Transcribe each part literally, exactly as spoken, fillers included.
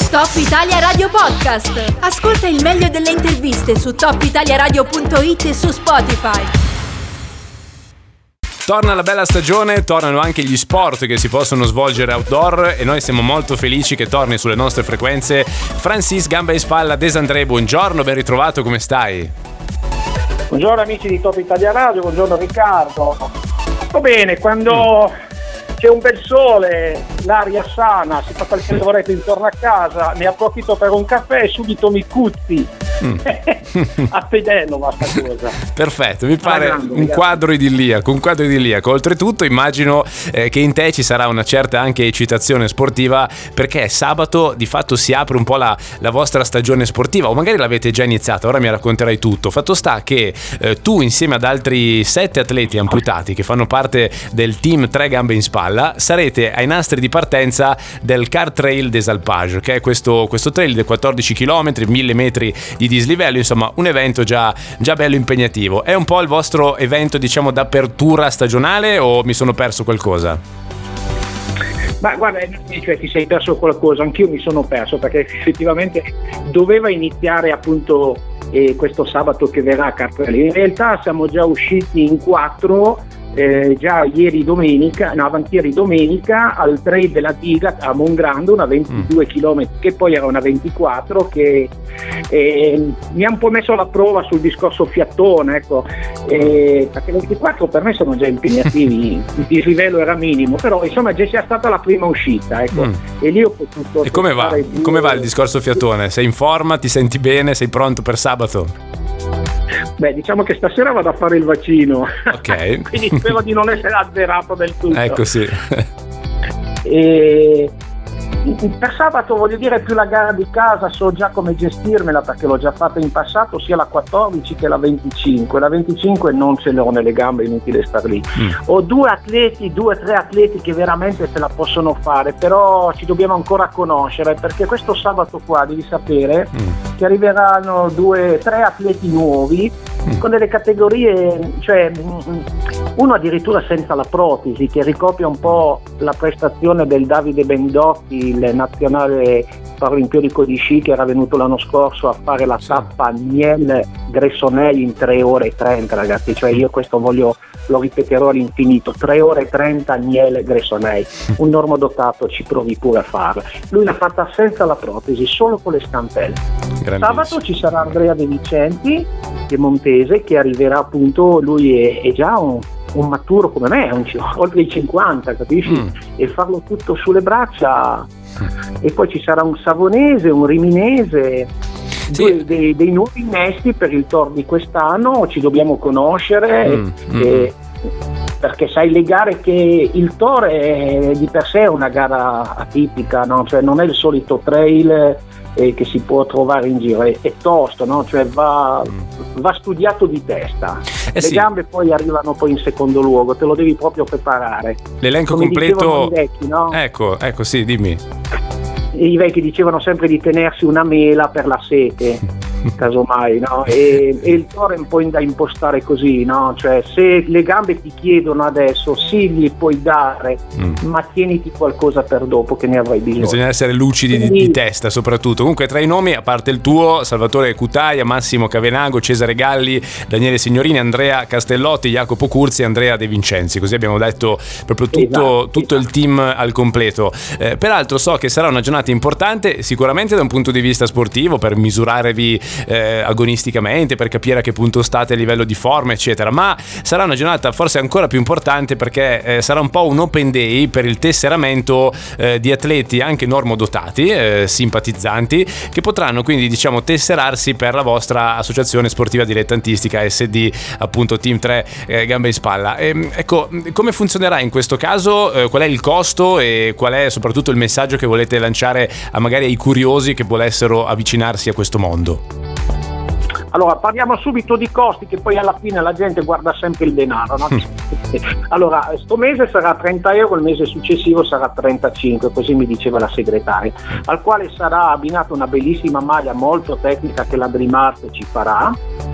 Top Italia Radio Podcast. Ascolta il meglio delle interviste su top italia radio punto it e su Spotify. Torna la bella stagione, tornano anche gli sport che si possono svolgere outdoor e noi siamo molto felici che torni sulle nostre frequenze Francis Gamba in Spalla Desandré. Buongiorno, ben ritrovato, come stai? Buongiorno amici di Top Italia Radio, buongiorno Riccardo. Tutto bene, quando mm. c'è un bel sole, l'aria sana, si fa qualche lavoretto intorno a casa, ne approfitto per un caffè e subito mi cuzzi. Mm. A pedello va sta cosa. Perfetto, mi pare grande, un quadro idilliaco, un quadro idilliaco. Oltretutto immagino eh, che in te ci sarà una certa anche eccitazione sportiva, perché sabato di fatto si apre un po' la, la vostra stagione sportiva, o magari l'avete già iniziata, ora mi racconterai tutto. Fatto sta che eh, tu insieme ad altri sette atleti amputati che fanno parte del team Tre Gambe in Spalla sarete ai nastri di partenza del Car Trail des Alpages, che è questo, questo trail di quattordici chilometri, mille metri di dislivello, insomma un evento già, già bello impegnativo. È un po' il vostro evento, diciamo, d'apertura stagionale, o mi sono perso qualcosa? Ma guarda, cioè, ti sei perso qualcosa, anch'io mi sono perso, perché effettivamente doveva iniziare appunto eh, questo sabato che verrà a Cartelli. In realtà siamo già usciti in quattro Eh, già ieri domenica, no, avantieri domenica al trail della Diga a Mongrando, una ventidue mm. chilometri, che poi era una ventiquattro, che eh, mi ha un po' messo alla prova sul discorso fiattone, ecco, eh, perché ventiquattro per me sono già impegnativi, il dislivello era minimo, però insomma già sia stata la prima uscita, ecco, mm. e lì ho potuto. E come va? Due... come va il discorso fiattone? Sei in forma? Ti senti bene? Sei pronto per sabato? Beh, diciamo che stasera vado a fare il vaccino, ok. Quindi spero di non essere azzerato del tutto. Ecco, sì. E per sabato, voglio dire, più la gara di casa so già come gestirmela, perché l'ho già fatta in passato, sia la quattordici che la venticinque. La venticinque non ce l'ho nelle gambe, è inutile star lì. Mm. Ho due atleti, due tre atleti che veramente se la possono fare, però ci dobbiamo ancora conoscere, perché questo sabato qua devi sapere mm. che arriveranno due tre atleti nuovi mm. con delle categorie, cioè uno addirittura senza la protesi, che ricopia un po' la prestazione del Davide Bendotti, il nazionale paralimpionico di sci, che era venuto l'anno scorso a fare la tappa Niel-Gressoney in tre ore e trenta, ragazzi, cioè io questo voglio, lo ripeterò all'infinito, tre ore e trenta Niel-Gressoney, un normodotato ci provi pure a farla. Lui l'ha fatta senza la protesi, solo con le scampelle. Sabato ci sarà Andrea De Vicenti, piemontese, che arriverà appunto, lui è, è già un un maturo come me, un, oltre i cinquanta, capisci? Mm. E farlo tutto sulle braccia. Mm. E poi ci sarà un savonese, un riminese, sì. due, dei, dei nuovi innesti per il Tour di quest'anno, ci dobbiamo conoscere. Mm. E, mm. perché sai, le gare, che il Tour è di per sé una gara atipica, no? Cioè non è il solito trail eh, che si può trovare in giro, è, è tosto, no? Cioè va, mm. va studiato di testa. Eh le sì. gambe poi arrivano poi in secondo luogo, te lo devi proprio preparare. L'elenco come completo. I vecchi, no? Ecco, ecco, sì, dimmi. I vecchi dicevano sempre di tenersi una mela per la sete, casomai, no? E, e il Tour è un po' da impostare così, no? Cioè, se le gambe ti chiedono adesso, sì, gli puoi dare, mm. ma tieniti qualcosa per dopo, che ne avrai bisogno. Bisogna essere lucidi Quindi... di, di testa, soprattutto. Comunque, tra i nomi, a parte il tuo, Salvatore Cutaia, Massimo Cavenago, Cesare Galli, Daniele Signorini, Andrea Castellotti, Jacopo Curzi e Andrea De Vincenzi. Così abbiamo detto proprio tutto, esatto, tutto esatto. il team al completo. Eh, peraltro so che sarà una giornata importante, sicuramente da un punto di vista sportivo, per misurarevi eh, agonisticamente, per capire a che punto state a livello di forma, eccetera, ma sarà una giornata forse ancora più importante, perché eh, sarà un po' un open day per il tesseramento eh, di atleti anche normodotati, eh, simpatizzanti, che potranno quindi, diciamo, tesserarsi per la vostra associazione sportiva dilettantistica S D, appunto Team tre eh, Gambe in Spalla. E, ecco, come funzionerà in questo caso? Eh, qual è il costo e qual è soprattutto il messaggio che volete lanciare a magari ai curiosi che volessero avvicinarsi a questo mondo? Allora, parliamo subito di costi, che poi alla fine la gente guarda sempre il denaro, no? Allora, sto mese sarà trenta euro, il mese successivo sarà trentacinque, così mi diceva la segretaria, al quale sarà abbinata una bellissima maglia molto tecnica che la Dream Art ci farà,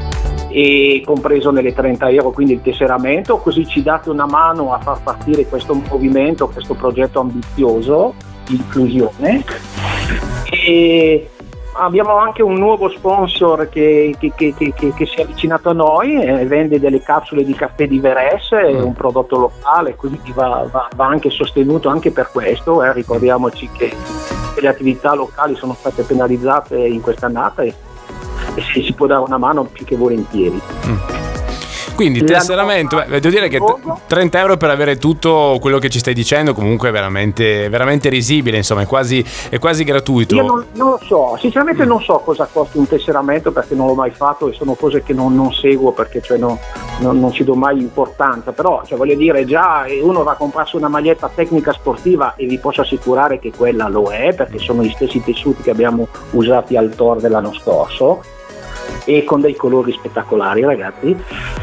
e compreso nelle trenta euro quindi il tesseramento, così ci date una mano a far partire questo movimento, questo progetto ambizioso di inclusione. E abbiamo anche un nuovo sponsor che, che, che, che, che si è avvicinato a noi e vende delle capsule di caffè di Veresse, è un prodotto locale, quindi va, va, va anche sostenuto anche per questo. Eh. Ricordiamoci che le attività locali sono state penalizzate in quest'annata e, e si, si può dare una mano più che volentieri. Mm. Quindi tesseramento, beh, devo dire che trenta euro per avere tutto quello che ci stai dicendo comunque è veramente, veramente risibile, insomma è quasi, è quasi gratuito. Io non, non lo so, sinceramente mm. non so cosa costi un tesseramento perché non l'ho mai fatto e sono cose che non, non seguo perché cioè no, non, non ci do mai importanza, però cioè, voglio dire già uno va a comprarsi una maglietta tecnica sportiva e vi posso assicurare che quella lo è perché sono gli stessi tessuti che abbiamo usati al Tor dell'anno scorso e con dei colori spettacolari, ragazzi.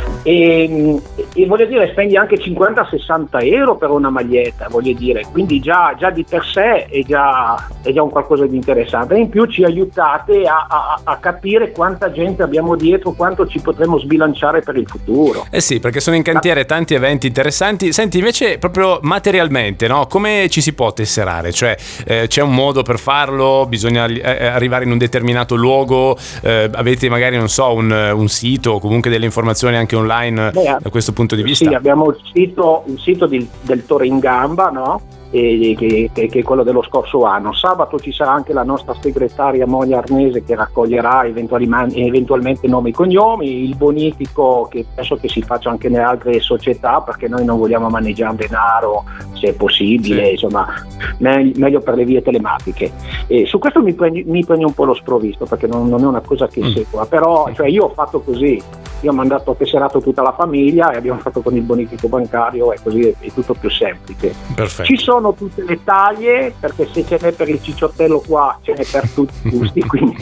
E, e voglio dire spendi anche cinquanta sessanta euro per una maglietta, voglio dire, quindi già, già di per sé è già, è già un qualcosa di interessante e in più ci aiutate a, a, a capire quanta gente abbiamo dietro, quanto ci potremo sbilanciare per il futuro. Eh sì, perché sono in cantiere tanti eventi interessanti. Senti, invece proprio materialmente, no? Come ci si può tesserare? Cioè eh, c'è un modo per farlo? Bisogna eh, arrivare in un determinato luogo? Eh, avete magari, non so, un, un sito o comunque delle informazioni anche online? Beh, da questo punto di vista? Sì, abbiamo il sito, il sito di, del Toro in Gamba, no? E, che, che, che è quello dello scorso anno. Sabato ci sarà anche la nostra segretaria Monia Arnese che raccoglierà eventualmente nomi e cognomi, il bonifico che penso che si faccia anche nelle altre società perché noi non vogliamo maneggiare denaro se è possibile, sì. Insomma me- meglio per le vie telematiche. E su questo mi prendi, mi prendi un po' lo sprovvisto perché non, non è una cosa che mm. segua, però cioè, io ho fatto così, io ho mandato tesserato tutta la famiglia e abbiamo fatto con il bonifico bancario e così è, è tutto più semplice. Perfetto. Ci sono tutte le taglie perché se ce n'è per il cicciottello qua ce n'è per tutti i gusti, quindi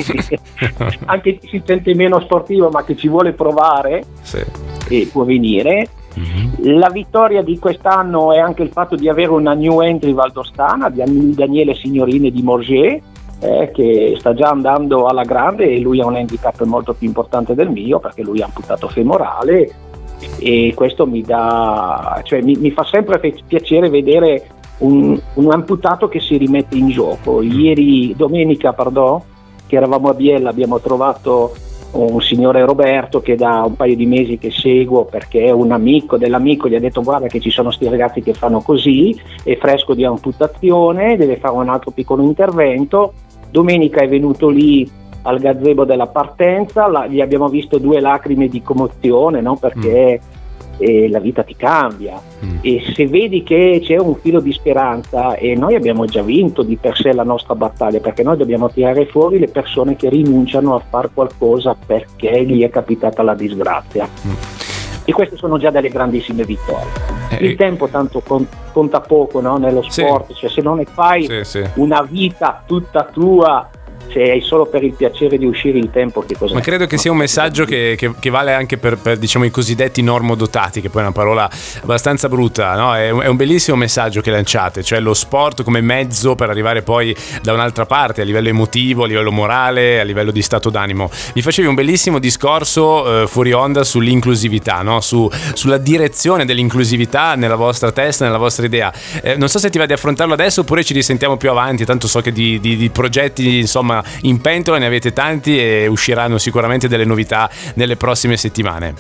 anche chi si sente meno sportivo ma che ci vuole provare sì. e può venire. Mm-hmm. La vittoria di quest'anno è anche il fatto di avere una new entry valdostana di Daniele Signorini di Morges eh, che sta già andando alla grande e lui ha un handicap molto più importante del mio perché lui ha amputato femorale e questo mi dà, cioè mi, mi fa sempre piacere vedere un, un amputato che si rimette in gioco. Ieri, domenica, pardon, che eravamo a Biella, abbiamo trovato un signore Roberto che da un paio di mesi che seguo perché è un amico dell'amico, gli ha detto guarda che ci sono sti ragazzi che fanno così, è fresco di amputazione, deve fare un altro piccolo intervento. Domenica è venuto lì al gazebo della partenza, la, gli abbiamo visto due lacrime di commozione, no? Perché mm. eh, la vita ti cambia mm. e se vedi che c'è un filo di speranza e noi abbiamo già vinto di per sé la nostra battaglia perché noi dobbiamo tirare fuori le persone che rinunciano a fare qualcosa perché gli è capitata la disgrazia mm. e queste sono già delle grandissime vittorie. Eh, il tempo tanto conta poco, no? Nello sport, sì. Cioè se non ne fai sì, sì. una vita tutta tua, se hai solo per il piacere di uscire il tempo, che cosa? Ma credo che sia un messaggio che, che, che vale anche per, per diciamo i cosiddetti normodotati, che poi è una parola abbastanza brutta, no? È un, è un bellissimo messaggio che lanciate, cioè lo sport come mezzo per arrivare poi da un'altra parte a livello emotivo, a livello morale, a livello di stato d'animo. Mi facevi un bellissimo discorso eh, fuori onda sull'inclusività, no? Su, sulla direzione dell'inclusività nella vostra testa, nella vostra idea. Eh, non so se ti va di affrontarlo adesso oppure ci risentiamo più avanti, tanto so che di, di, di progetti insomma in pentola ne avete tanti e usciranno sicuramente delle novità nelle prossime settimane.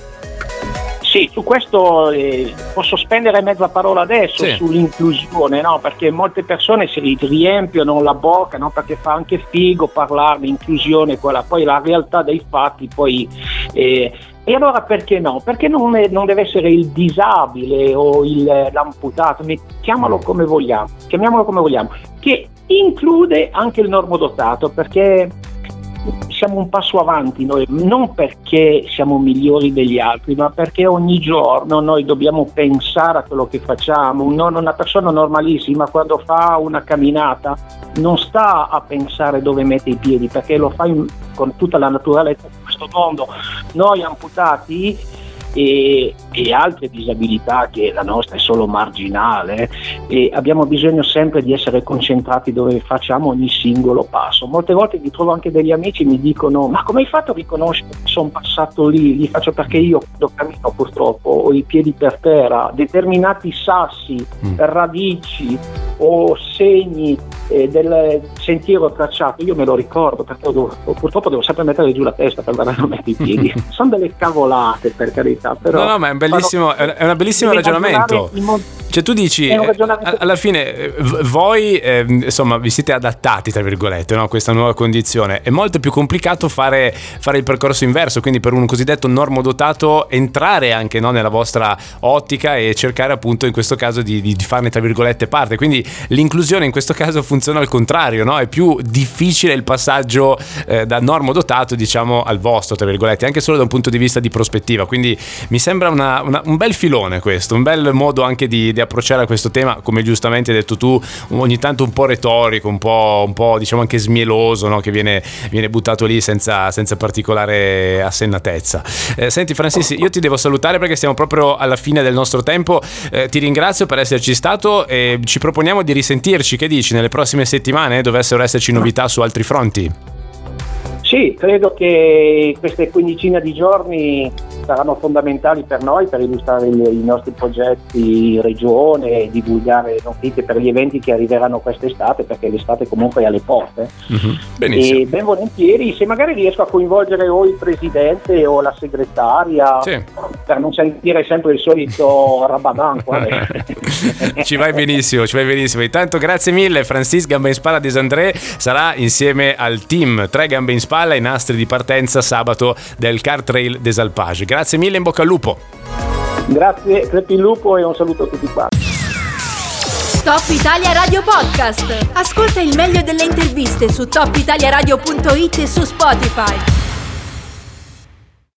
Sì, su questo eh, posso spendere mezza parola adesso sì. sull'inclusione, no? Perché molte persone si riempiono la bocca, no? Perché fa anche figo parlare di inclusione, quella, poi la realtà dei fatti poi eh, e allora perché no? Perché non, è, non deve essere il disabile o il, l'amputato, chiamalo come vogliamo, chiamiamolo come vogliamo, che include anche il normodotato, perché siamo un passo avanti noi, non perché siamo migliori degli altri, ma perché ogni giorno noi dobbiamo pensare a quello che facciamo. Non una persona normalissima quando fa una camminata non sta a pensare dove mette i piedi, perché lo fa in, con tutta la naturalezza di questo mondo. Noi amputati e e altre disabilità, che la nostra è solo marginale, e abbiamo bisogno sempre di essere concentrati dove facciamo ogni singolo passo. Molte volte mi trovo anche degli amici mi dicono: ma come hai fatto a riconoscere che sono passato lì? Gli faccio: perché io quando cammino purtroppo ho i piedi per terra, determinati sassi, mm. radici o segni eh, del sentiero tracciato io me lo ricordo, perché devo, purtroppo devo sempre mettere giù la testa per dare a mettere i piedi. Sono delle cavolate, per carità, però no no ma è un bellissimo però, è un bellissimo ragionamento. Cioè tu dici, alla fine voi eh, insomma vi siete adattati tra virgolette, no, a questa nuova condizione. È molto più complicato fare, fare il percorso inverso, quindi per un cosiddetto normodotato entrare anche, no, nella vostra ottica e cercare appunto in questo caso di, di, di farne tra virgolette parte. Quindi l'inclusione in questo caso funziona al contrario, no? È più difficile il passaggio eh, da normodotato diciamo al vostro tra virgolette, anche solo da un punto di vista di prospettiva. Quindi mi sembra una, una, un bel filone questo, un bel modo anche di di approcciare a questo tema, come giustamente hai detto tu, ogni tanto un po' retorico, un po', un po' diciamo anche smieloso, no? Che viene, viene buttato lì senza, senza particolare assennatezza. Eh, senti Francis, io ti devo salutare perché siamo proprio alla fine del nostro tempo, eh, ti ringrazio per esserci stato e ci proponiamo di risentirci, che dici, nelle prossime settimane dovessero esserci novità su altri fronti? Sì, credo che queste quindicina di giorni saranno fondamentali per noi per illustrare i nostri progetti in regione e divulgare notizie per gli eventi che arriveranno quest'estate, perché l'estate comunque è alle porte. Mm-hmm. Benissimo. E ben volentieri, se magari riesco a coinvolgere o il presidente o la segretaria, sì, per non sentire sempre il solito rabadan. Ci vai benissimo, ci vai benissimo. Intanto grazie mille Francis Gamba in Spalla des André, sarà insieme al team Tre Gambe in Spalla ai nastri di partenza sabato del Car Trail des Alpages. Grazie mille, in bocca al lupo. Grazie, crepi il lupo e un saluto a tutti quanti. Top Italia Radio Podcast. Ascolta il meglio delle interviste su top italia radio punto it e su Spotify.